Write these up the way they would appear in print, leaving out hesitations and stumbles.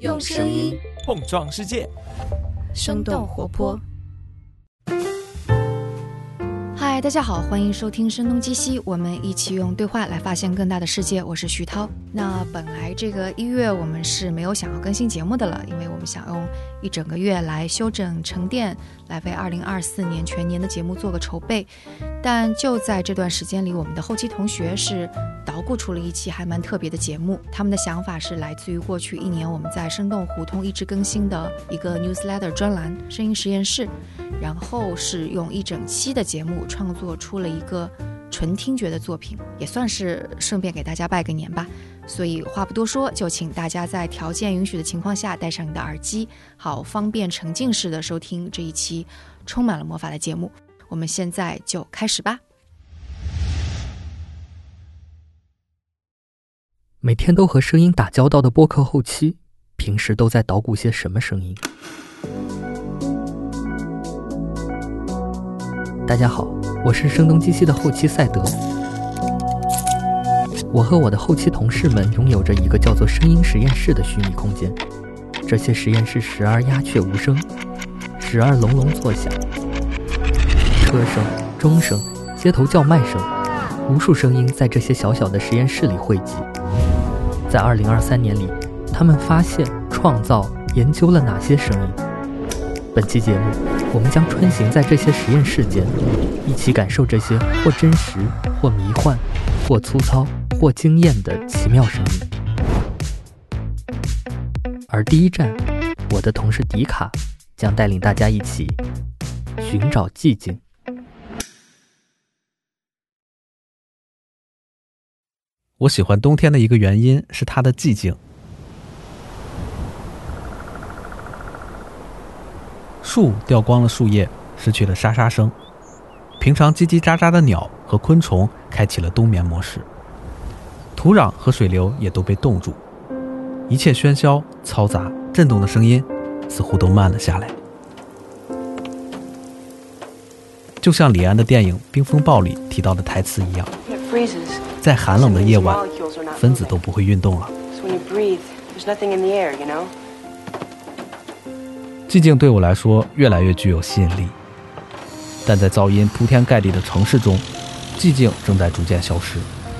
用声音碰撞世界， 生动活泼。 嗨，大家好，欢迎收听声东击西，我们一起用对话来发现更大的世界。我是徐涛。那本来这个1月我们是没有想要更新节目的了，因为我们想用一整个月来休整沉淀，来为2024年全年的节目做个筹备。但就在这段时间里，我们的后期同学是捣鼓出了一期还蛮特别的节目。他们的想法是来自于过去1年我们在生动胡同一直更新的一个 newsletter 专栏声音实验室，然后是用一整期的节目创作出了一个纯听觉的作品，也算是顺便给大家拜个年吧。所以话不多说，就请大家在条件允许的情况下戴上你的耳机，好方便沉浸式的收听这一期充满了魔法的节目。我们现在就开始吧。 每天都和声音打交道的播客后期，平时都在捣鼓些什么声音？大家好，我是声东击西的后期赛德。我和我的后期同事们拥有着一个叫做声音实验室的虚拟空间，这些实验室时而鸦雀无声，时而隆隆作响，车声、钟声、街头叫卖声，无数声音在这些小小的实验室里汇集。在2023年里，他们发现、创造、研究了哪些声音？本期节目，我们将穿行在这些实验室间，一起感受这些或真实、或迷幻、或粗糙、或惊艳的奇妙声音。而第一站，我的同事迪卡将带领大家一起寻找寂静。 我喜欢冬天的一个原因是它的寂静。树掉光了树叶，失去了沙沙声，平常叽叽喳喳的鸟和昆虫开启了冬眠模式，土壤和水流也都被冻住，一切喧嚣、嘈杂、震动的声音似乎都慢了下来。就像李安的电影《冰风暴》里提到的台词一样，在寒冷的夜晚，分子都不会运动了。寂静对我来说越来越具有吸引力，但在噪音铺天盖地的城市中，寂静正在逐渐消失。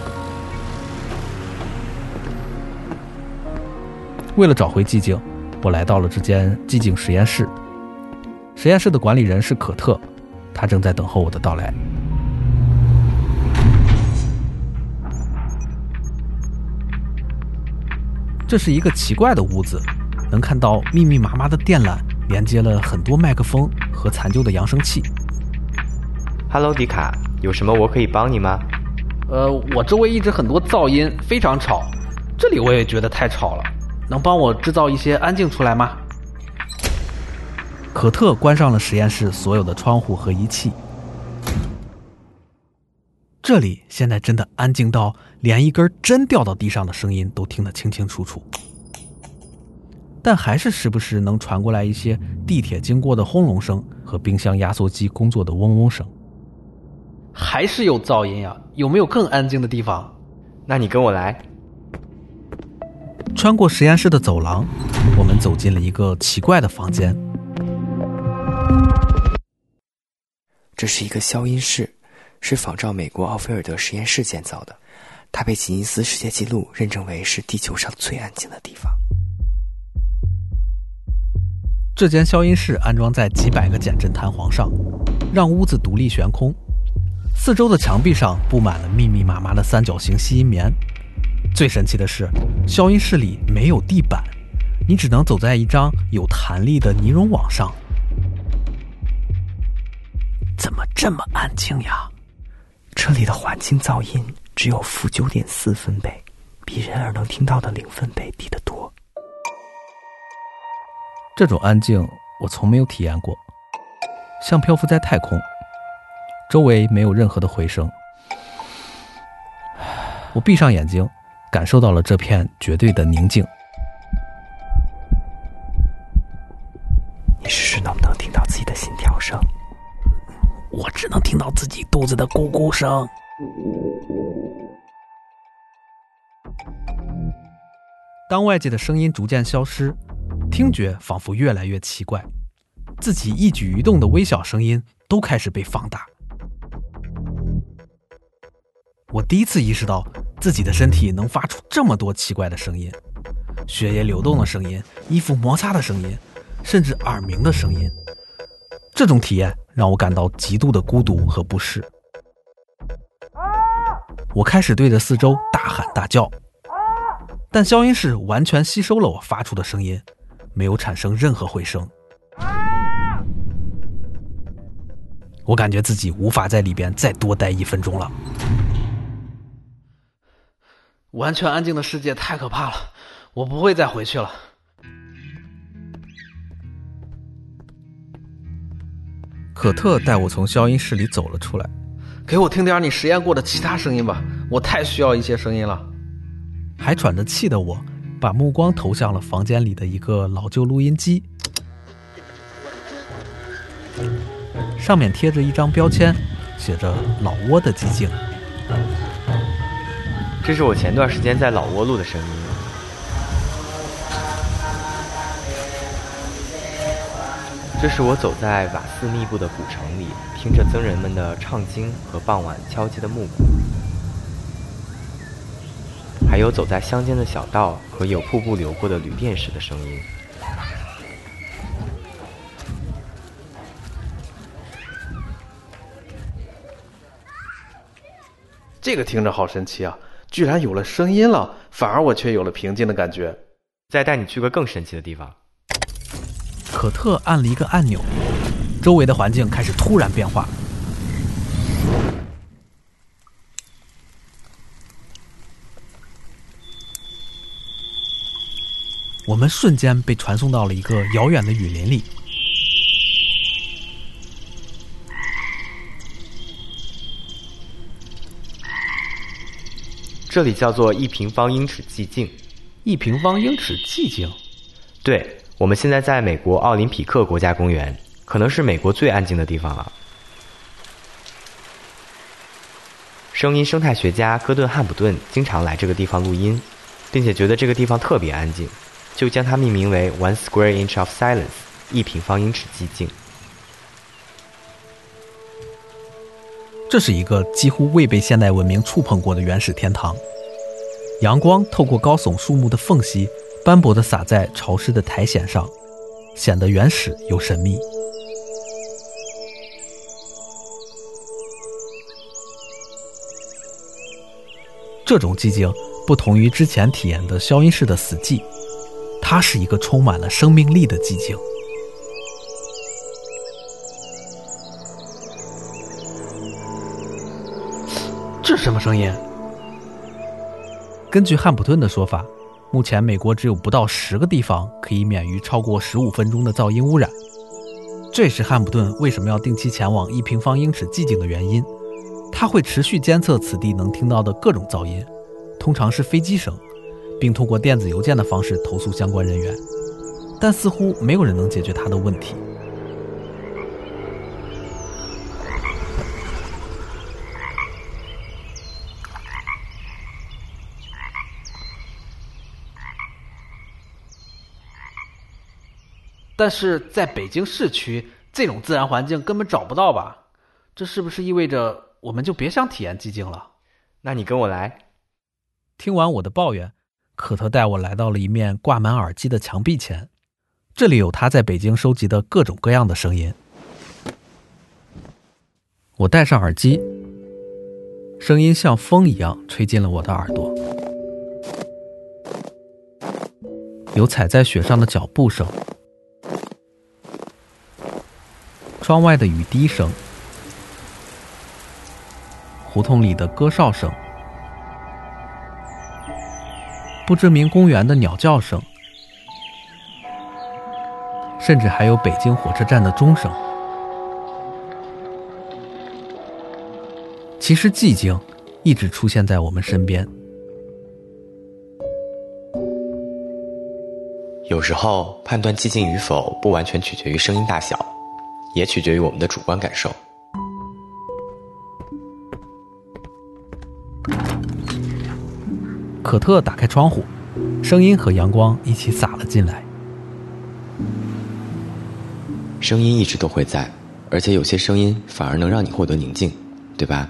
为了找回寂静，我来到了这间寂静实验室。实验室的管理人是可特，他正在等候我的到来。这是一个奇怪的屋子，能看到密密麻麻的电缆连接了很多麦克风和残旧的扬声器。 Hello， 迪卡，有什么我可以帮你吗？ 我周围一直很多噪音，非常吵，这里我也觉得太吵了，能帮我制造一些安静出来吗？可特关上了实验室所有的窗户和仪器。这里现在真的安静到连一根针掉到地上的声音都听得清清楚楚，但还是时不时能传过来一些地铁经过的轰隆声和冰箱压缩机工作的嗡嗡声。还是有噪音呀，有没有更安静的地方？ 那你跟我来。 穿过实验室的走廊，我们走进了一个奇怪的房间。 这是一个消音室，是仿照美国奥菲尔德实验室建造的，它被吉尼斯世界纪录认证为是地球上最安静的地方。 这间消音室安装在几百个减震弹簧上，让屋子独立悬空。四周的墙壁上布满了密密麻麻的三角形吸音棉。最神奇的是，消音室里没有地板，你只能走在一张有弹力的尼龙网上。怎么这么安静呀？ 这里的环境噪音只有-9.4分贝，比人耳能听到的0分贝低得多。 这种安静我从没有体验过，像漂浮在太空，周围没有任何的回声。我闭上眼睛，感受到了这片绝对的宁静。 你试试能不能听到自己的心跳声？ 我只能听到自己肚子的咕咕声。当外界的声音逐渐消失， 听觉仿佛越来越奇怪，自己一举一动的微小声音都开始被放大。我第一次意识到自己的身体能发出这么多奇怪的声音，血液流动的声音，衣服摩擦的声音，甚至耳鸣的声音。这种体验让我感到极度的孤独和不适。我开始对着四周大喊大叫，但消音室完全吸收了我发出的声音，没有产生任何回声。我感觉自己无法在里边再多待1分钟了。完全安静的世界太可怕了，我不会再回去了。可特带我从消音室里走了出来，给我听点你实验过的其他声音吧，我太需要一些声音了。还喘着气的我把目光投向了房间里的一个老旧录音机，上面贴着一张标签，写着老挝的寂静。 这是我前段时间在老挝录的声音。这是我走在瓦寺密布的古城里，听着僧人们的唱经和傍晚敲击的木鼓，还有走在乡间的小道和有瀑布流过的旅店时的声音。 这个听着好神奇啊，居然有了声音了，反而我却有了平静的感觉。 再带你去个更神奇的地方。 可特按了一个按钮，周围的环境开始突然变化。我们瞬间被传送到了一个遥远的雨林里。 这里叫做1平方英尺寂静。 1平方英尺寂静？ 对，我们现在在美国奥林匹克国家公园，可能是美国最安静的地方了。声音生态学家戈顿·汉普顿经常来这个地方录音，并且觉得这个地方特别安静，就将它命名为 One Square Inch of Silence， 1平方英尺寂静。 这是一个几乎未被现代文明触碰过的原始天堂。阳光透过高耸树木的缝隙，斑驳地洒在潮湿的苔藓上，显得原始又神秘。这种寂静不同于之前体验的消音室的死寂，它是一个充满了生命力的寂静。这是什么声音？根据汉普顿的说法，目前美国只有不到10个地方可以免于超过15分钟的噪音污染。这也是汉普顿为什么要定期前往1平方英尺寂静的原因。他会持续监测此地能听到的各种噪音，通常是飞机声，并通过电子邮件的方式投诉相关人员，但似乎没有人能解决他的问题。但是在北京市区，这种自然环境根本找不到吧？这是不是意味着我们就别想体验寂静了？ 那你跟我来。 听完我的抱怨，可特带我来到了一面挂满耳机的墙壁前，这里有他在北京收集的各种各样的声音。我戴上耳机，声音像风一样吹进了我的耳朵，有踩在雪上的脚步声，窗外的雨滴声，胡同里的歌哨声，不知名公园的鸟叫声，甚至还有北京火车站的钟声。其实寂静一直出现在我们身边。 有时候判断寂静与否不完全取决于声音大小，也取决于我们的主观感受。 可特打开窗户，声音和阳光一起洒了进来。 声音一直都会在，而且有些声音反而能让你获得宁静，对吧？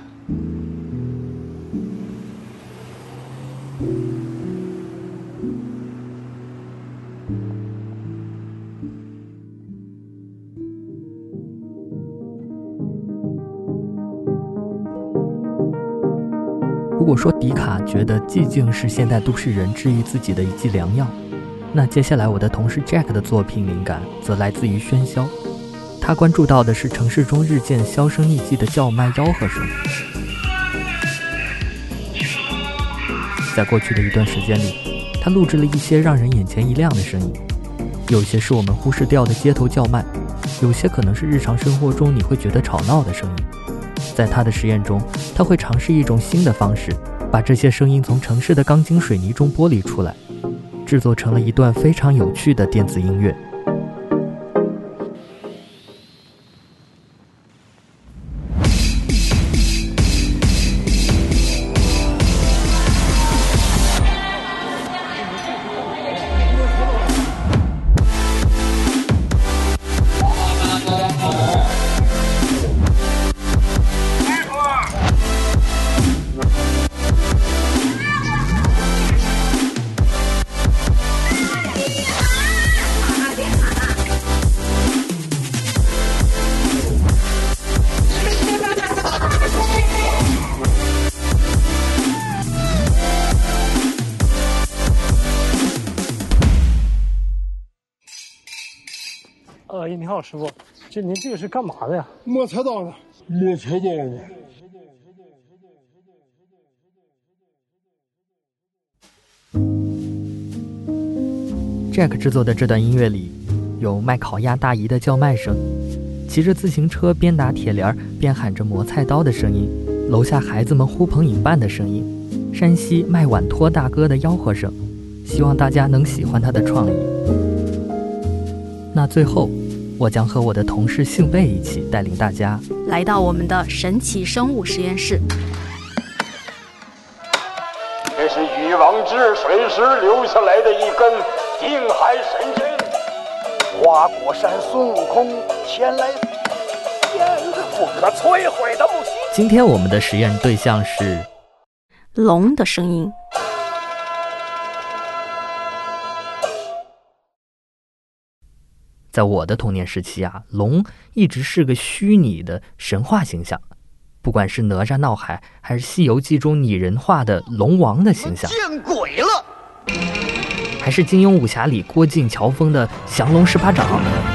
如果说迪卡觉得寂静是现代都市人治愈自己的一剂良药，那接下来我的同事 Jack 的作品灵感则来自于喧嚣。他关注到的是城市中日渐销声匿迹的叫卖吆喝声。在过去的一段时间里，他录制了一些让人眼前一亮的声音，有些是我们忽视掉的街头叫卖，有些可能是日常生活中你会觉得吵闹的声音。在他的实验中，他会尝试一种新的方式，把这些声音从城市的钢筋水泥中剥离出来，制作成了一段非常有趣的电子音乐。 你好，师傅，您这个是干嘛的呀？ 磨菜刀的，磨菜刀的。 Jack 制作的这段音乐里，有卖烤鸭大姨的叫卖声，骑着自行车边打铁帘边喊着磨菜刀的声音，楼下孩子们呼朋引伴的声音，山西卖碗托大哥的吆喝声。希望大家能喜欢他的创意。那最后，我将和我的同事幸卫一起带领大家来到我们的神奇生物实验室。 这是禹王治水时留下来的一根定海神针。花果山孙悟空前来，不可摧毁的木须。 今天我们的实验对象是龙的声音。 在我的童年时期啊，龙一直是个虚拟的神话形象，不管是哪吒闹海，还是《西游记》中拟人化的龙王的形象， 见鬼了！ 还是金庸武侠里郭靖乔峰的降龙十八掌，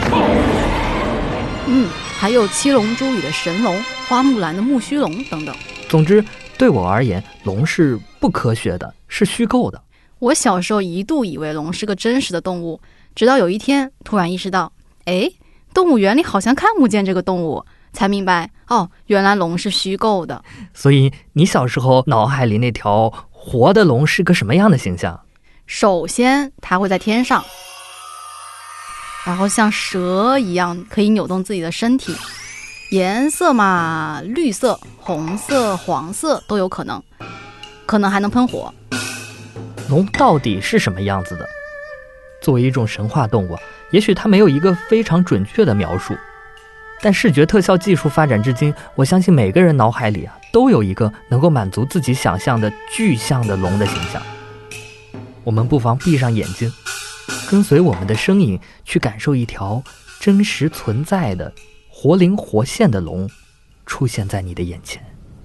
还有七龙珠里的神龙、花木兰的木须龙等等。 总之，对我而言，龙是不科学的，是虚构的。 我小时候一度以为龙是个真实的动物，直到有一天突然意识到，动物园里好像看不见这个动物，才明白，原来龙是虚构的。 所以你小时候脑海里那条活的龙是个什么样的形象？ 首先它会在天上，然后像蛇一样可以扭动自己的身体，颜色嘛，绿色、红色、黄色都有可能，可能还能喷火。 龙到底是什么样子的？作为一种神话动物，也许它没有一个非常准确的描述，但视觉特效技术发展至今，我相信每个人脑海里都有一个能够满足自己想象的具象的龙的形象。我们不妨闭上眼睛，跟随我们的声音去感受一条真实存在的活灵活现的龙出现在你的眼前。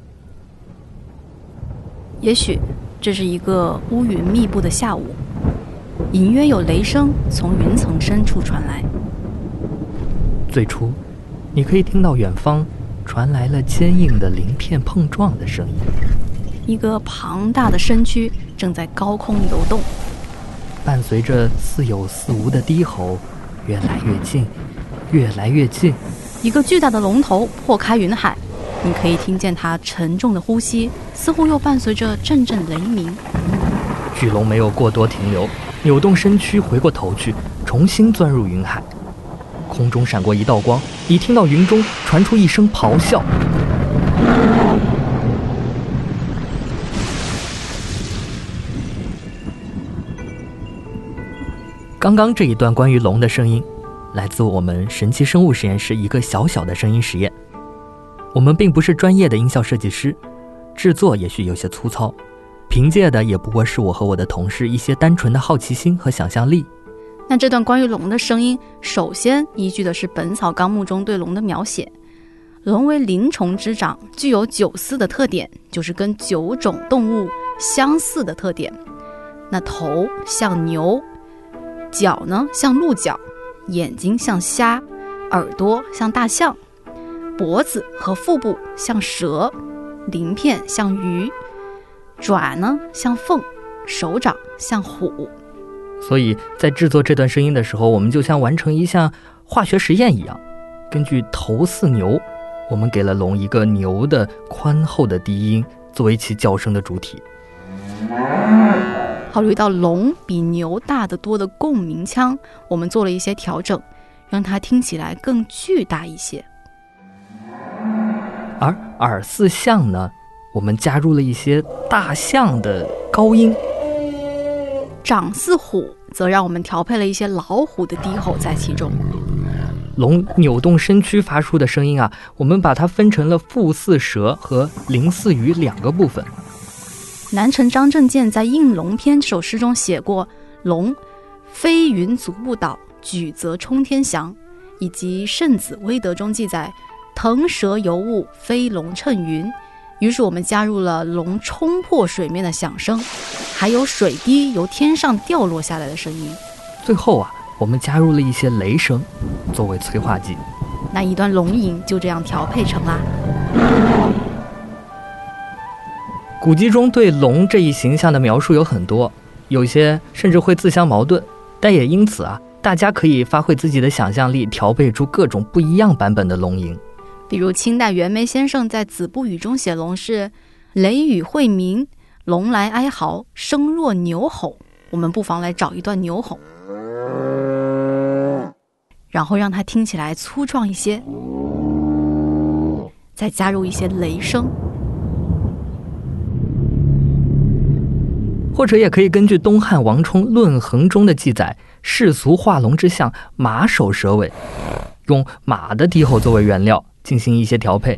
也许这是一个乌云密布的下午，隐约有雷声从云层深处传来。 最初你可以听到远方传来了坚硬的鳞片碰撞的声音， 一个庞大的身躯正在高空游动， 伴随着似有似无的低吼，越来越近，越来越近。 一个巨大的龙头破开云海，你可以听见它沉重的呼吸，似乎又伴随着阵阵雷鸣。 巨龙没有过多停留，扭动身躯回过头去，重新钻入云海。空中闪过一道光，你听到云中传出一声咆哮。刚刚这一段关于龙的声音来自我们神奇生物实验室一个小小的声音实验。我们并不是专业的音效设计师，制作也许有些粗糙，凭借的也不过是我和我的同事一些单纯的好奇心和想象力。 那这段关于龙的声音，首先依据的是《本草纲目》中对龙的描写。龙为鳞虫之长，具有9似的特点，就是跟9种动物相似的特点。那头像牛，脚呢像鹿角，眼睛像虾，耳朵像大象，脖子和腹部像蛇，鳞片像鱼，爪呢像凤，手掌像虎。 所以在制作这段声音的时候，我们就像完成一项化学实验一样，根据头似牛，我们给了龙一个牛的宽厚的低音作为其叫声的主体。 考虑到龙比牛大得多的共鸣腔，我们做了一些调整，让它听起来更巨大一些。 而耳似象呢，我们加入了一些大象的高音。 长似虎则让我们调配了一些老虎的低吼在其中。 龙扭动身躯发出的声音啊，我们把它分成了腹似蛇和鳞似鱼2个部分。 南陈张正健在《应龙篇》这首诗中写过龙飞云足不倒，举则冲天翔，以及圣子微德中记载腾蛇游雾，飞龙乘云。于是我们加入了龙冲破水面的响声，还有水滴由天上掉落下来的声音。 最后啊，我们加入了一些雷声作为催化剂。 那一段龙吟就这样调配成啦。 古籍中对龙这一形象的描述有很多，有些甚至会自相矛盾，但也因此啊，大家可以发挥自己的想象力，调配出各种不一样版本的龙吟。 比如清代袁枚先生在《子不语》中写龙是雷雨晦明，龙来哀嚎，声若牛吼。我们不妨来找一段牛吼，然后让它听起来粗壮一些，再加入一些雷声。 或者也可以根据东汉王充《论衡》中的记载，世俗画龙之象，马首蛇尾，用马的低吼作为原料进行一些调配。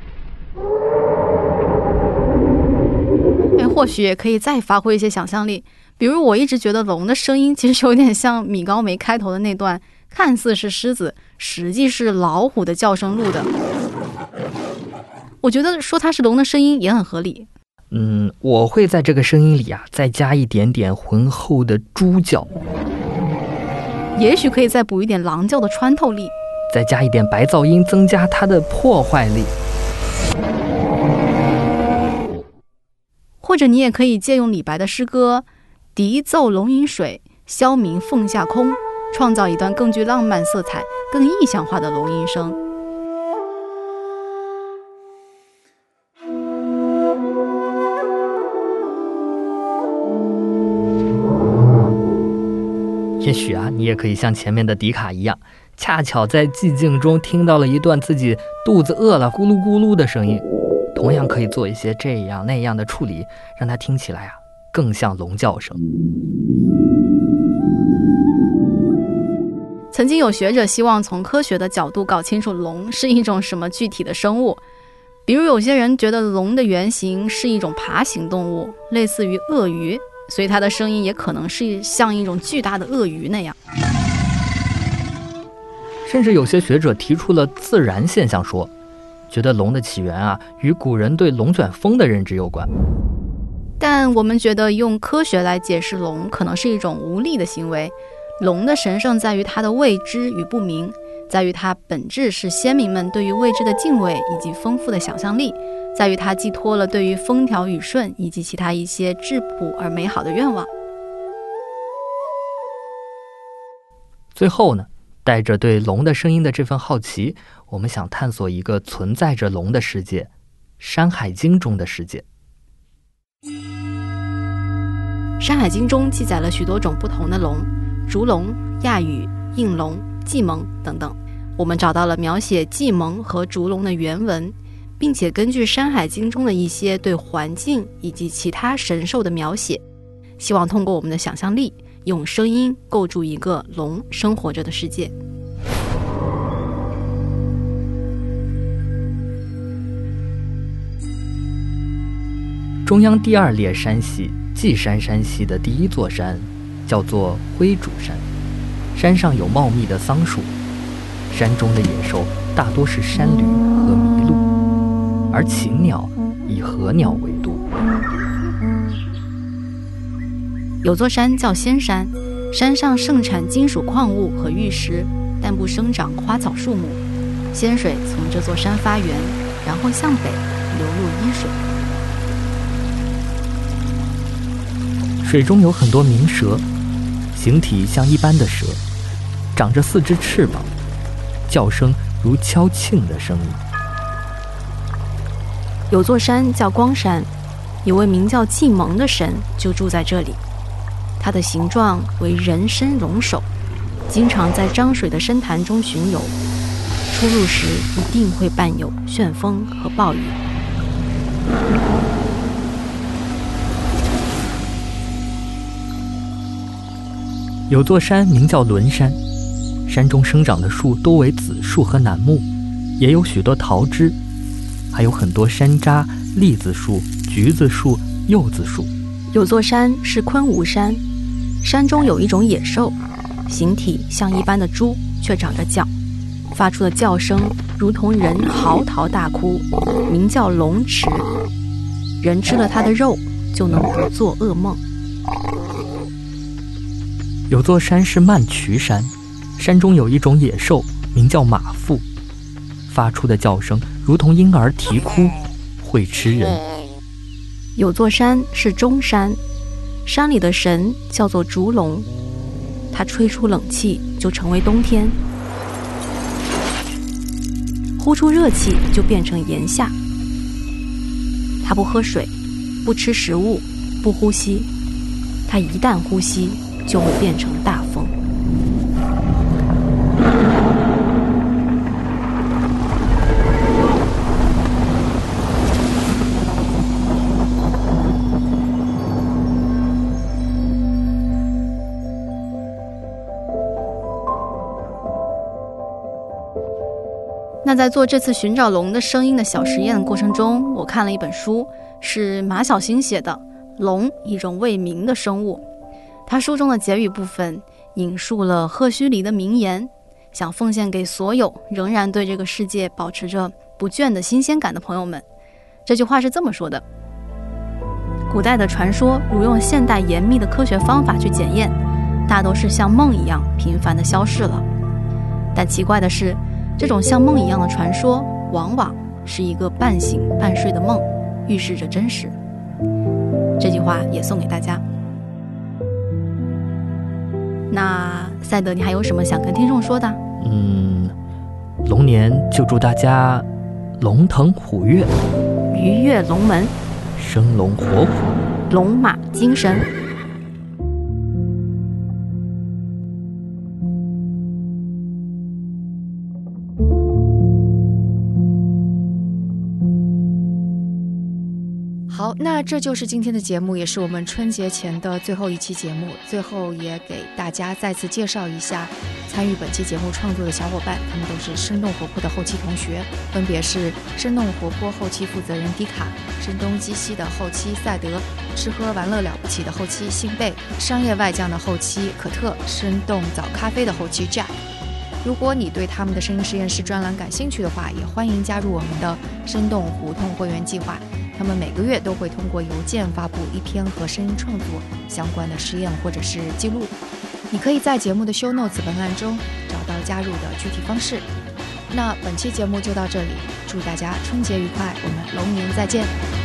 或许也可以再发挥一些想象力，比如我一直觉得龙的声音其实有点像米高梅开头的那段，看似是狮子，实际是老虎的叫声录的。我觉得说它是龙的声音也很合理。 我会在这个声音里啊，再加一点点浑厚的猪叫， 也许可以再补一点狼叫的穿透力， 再加一点白噪音，增加它的破坏力。 或者你也可以借用李白的诗歌笛奏龙吟水，箫鸣凤下空，创造一段更具浪漫色彩、更意象化的龙吟声。 也许啊，你也可以像前面的迪卡一样，恰巧在寂静中听到了一段自己肚子饿了咕噜咕噜的声音，同样可以做一些这样那样的处理，让它听起来啊更像龙叫声。 曾经有学者希望从科学的角度搞清楚龙是一种什么具体的生物，比如有些人觉得龙的原型是一种爬行动物，类似于鳄鱼，所以它的声音也可能是像一种巨大的鳄鱼那样。 甚至有些学者提出了自然现象说，觉得龙的起源啊与古人对龙卷风的认知有关。 但我们觉得用科学来解释龙可能是一种无力的行为。龙的神圣在于它的未知与不明，在于它本质是先民们对于未知的敬畏以及丰富的想象力，在于它寄托了对于风调雨顺以及其他一些质朴而美好的愿望。 最后呢，带着对龙的声音的这份好奇，我们想探索一个存在着龙的世界——山海经中的世界。 山海经中记载了许多种不同的龙，烛龙、亚羽、应龙、季蒙等等。我们找到了描写季蒙和烛龙的原文，并且根据山海经中的一些对环境以及其他神兽的描写，希望通过我们的想象力，用声音构筑一个龙生活着的世界。 中央第2列山系稷山山系的第1座山叫做灰主山，山上有茂密的桑树，山中的野兽大多是山驴和麋鹿，而禽鸟以和鸟为度。 有座山叫仙山，山上盛产金属矿物和玉石，但不生长花草树木。仙水从这座山发源，然后向北流入伊水。 水中有很多鸣蛇，形体像一般的蛇，长着4只翅膀，叫声如敲磬的声音。 有座山叫光山，有位名叫季蒙的神就住在这里。他的形状为人身龙首，经常在漳水的深潭中巡游，出入时一定会伴有旋风和暴雨。 有座山名叫仑山，山中生长的树多为紫树和楠木，也有许多桃枝，还有很多山楂、栗子树、橘子树、柚子树。 有座山是昆吾山，山中有一种野兽，形体像一般的猪，却长着角，发出的叫声如同人嚎啕大哭，名叫龙池。人吃了它的肉，就能不做噩梦。 有座山是曼渠山，山中有一种野兽，名叫马腹，发出的叫声如同婴儿啼哭，会吃人。 有座山是中山，山里的神叫做烛龙，它吹出冷气就成为冬天，呼出热气就变成炎夏。它不喝水，不吃食物，不呼吸，它一旦呼吸就会变成大风。那在做这次寻找龙的声音的小实验的过程中，我看了一本书，是马晓星写的《龙，一种未明的生物》。他书中的结语部分引述了赫胥黎的名言，想奉献给所有仍然对这个世界保持着不倦的新鲜感的朋友们。这句话是这么说的：古代的传说如用现代严密的科学方法去检验，大都是像梦一样频繁地消逝了。但奇怪的是，这种像梦一样的传说往往是一个半醒半睡的梦，预示着真实。这句话也送给大家。那赛德，你还有什么想跟听众说的？ 龙年就祝大家龙腾虎跃， 鱼跃龙门， 生龙活虎， 龙马精神。 好，那这就是今天的节目，也是我们春节前的最后一期节目。最后也给大家再次介绍一下参与本期节目创作的小伙伴，他们都是生动活泼的后期同学，分别是生动活泼后期负责人迪卡，声东击西的后期赛德，吃喝玩乐了不起的后期信贝，商业外将的后期可特，生动早咖啡的后期 Jack。如果你对他们的声音实验室专栏感兴趣的话，也欢迎加入我们的生动胡同会员计划。他们每个月都会通过邮件发布一篇和声音创作相关的实验或者是记录。你可以在节目的 show notes 文案中找到加入的具体方式。那本期节目就到这里，祝大家春节愉快，我们龙年再见。